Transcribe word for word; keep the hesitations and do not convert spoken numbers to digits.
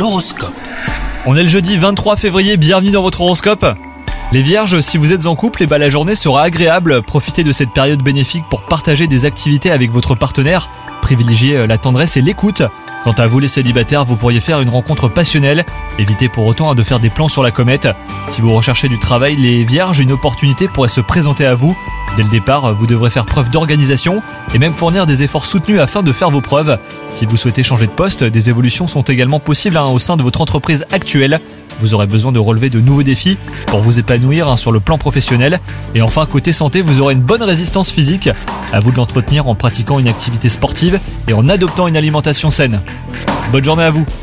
L'horoscope. On est le jeudi vingt-trois février, bienvenue dans votre horoscope. Les vierges, si vous êtes en couple, eh ben la journée sera agréable. Profitez de cette période bénéfique pour partager des activités avec votre partenaire. Privilégiez la tendresse et l'écoute. Quant à vous les célibataires, vous pourriez faire une rencontre passionnelle. Évitez pour autant de faire des plans sur la comète. Si vous recherchez du travail, les vierges, une opportunité pourrait se présenter à vous. Dès le départ, vous devrez faire preuve d'organisation et même fournir des efforts soutenus afin de faire vos preuves. Si vous souhaitez changer de poste, des évolutions sont également possibles hein, au sein de votre entreprise actuelle. Vous aurez besoin de relever de nouveaux défis pour vous épanouir hein, sur le plan professionnel. Et enfin, côté santé, vous aurez une bonne résistance physique. À vous de l'entretenir en pratiquant une activité sportive et en adoptant une alimentation saine. Bonne journée à vous!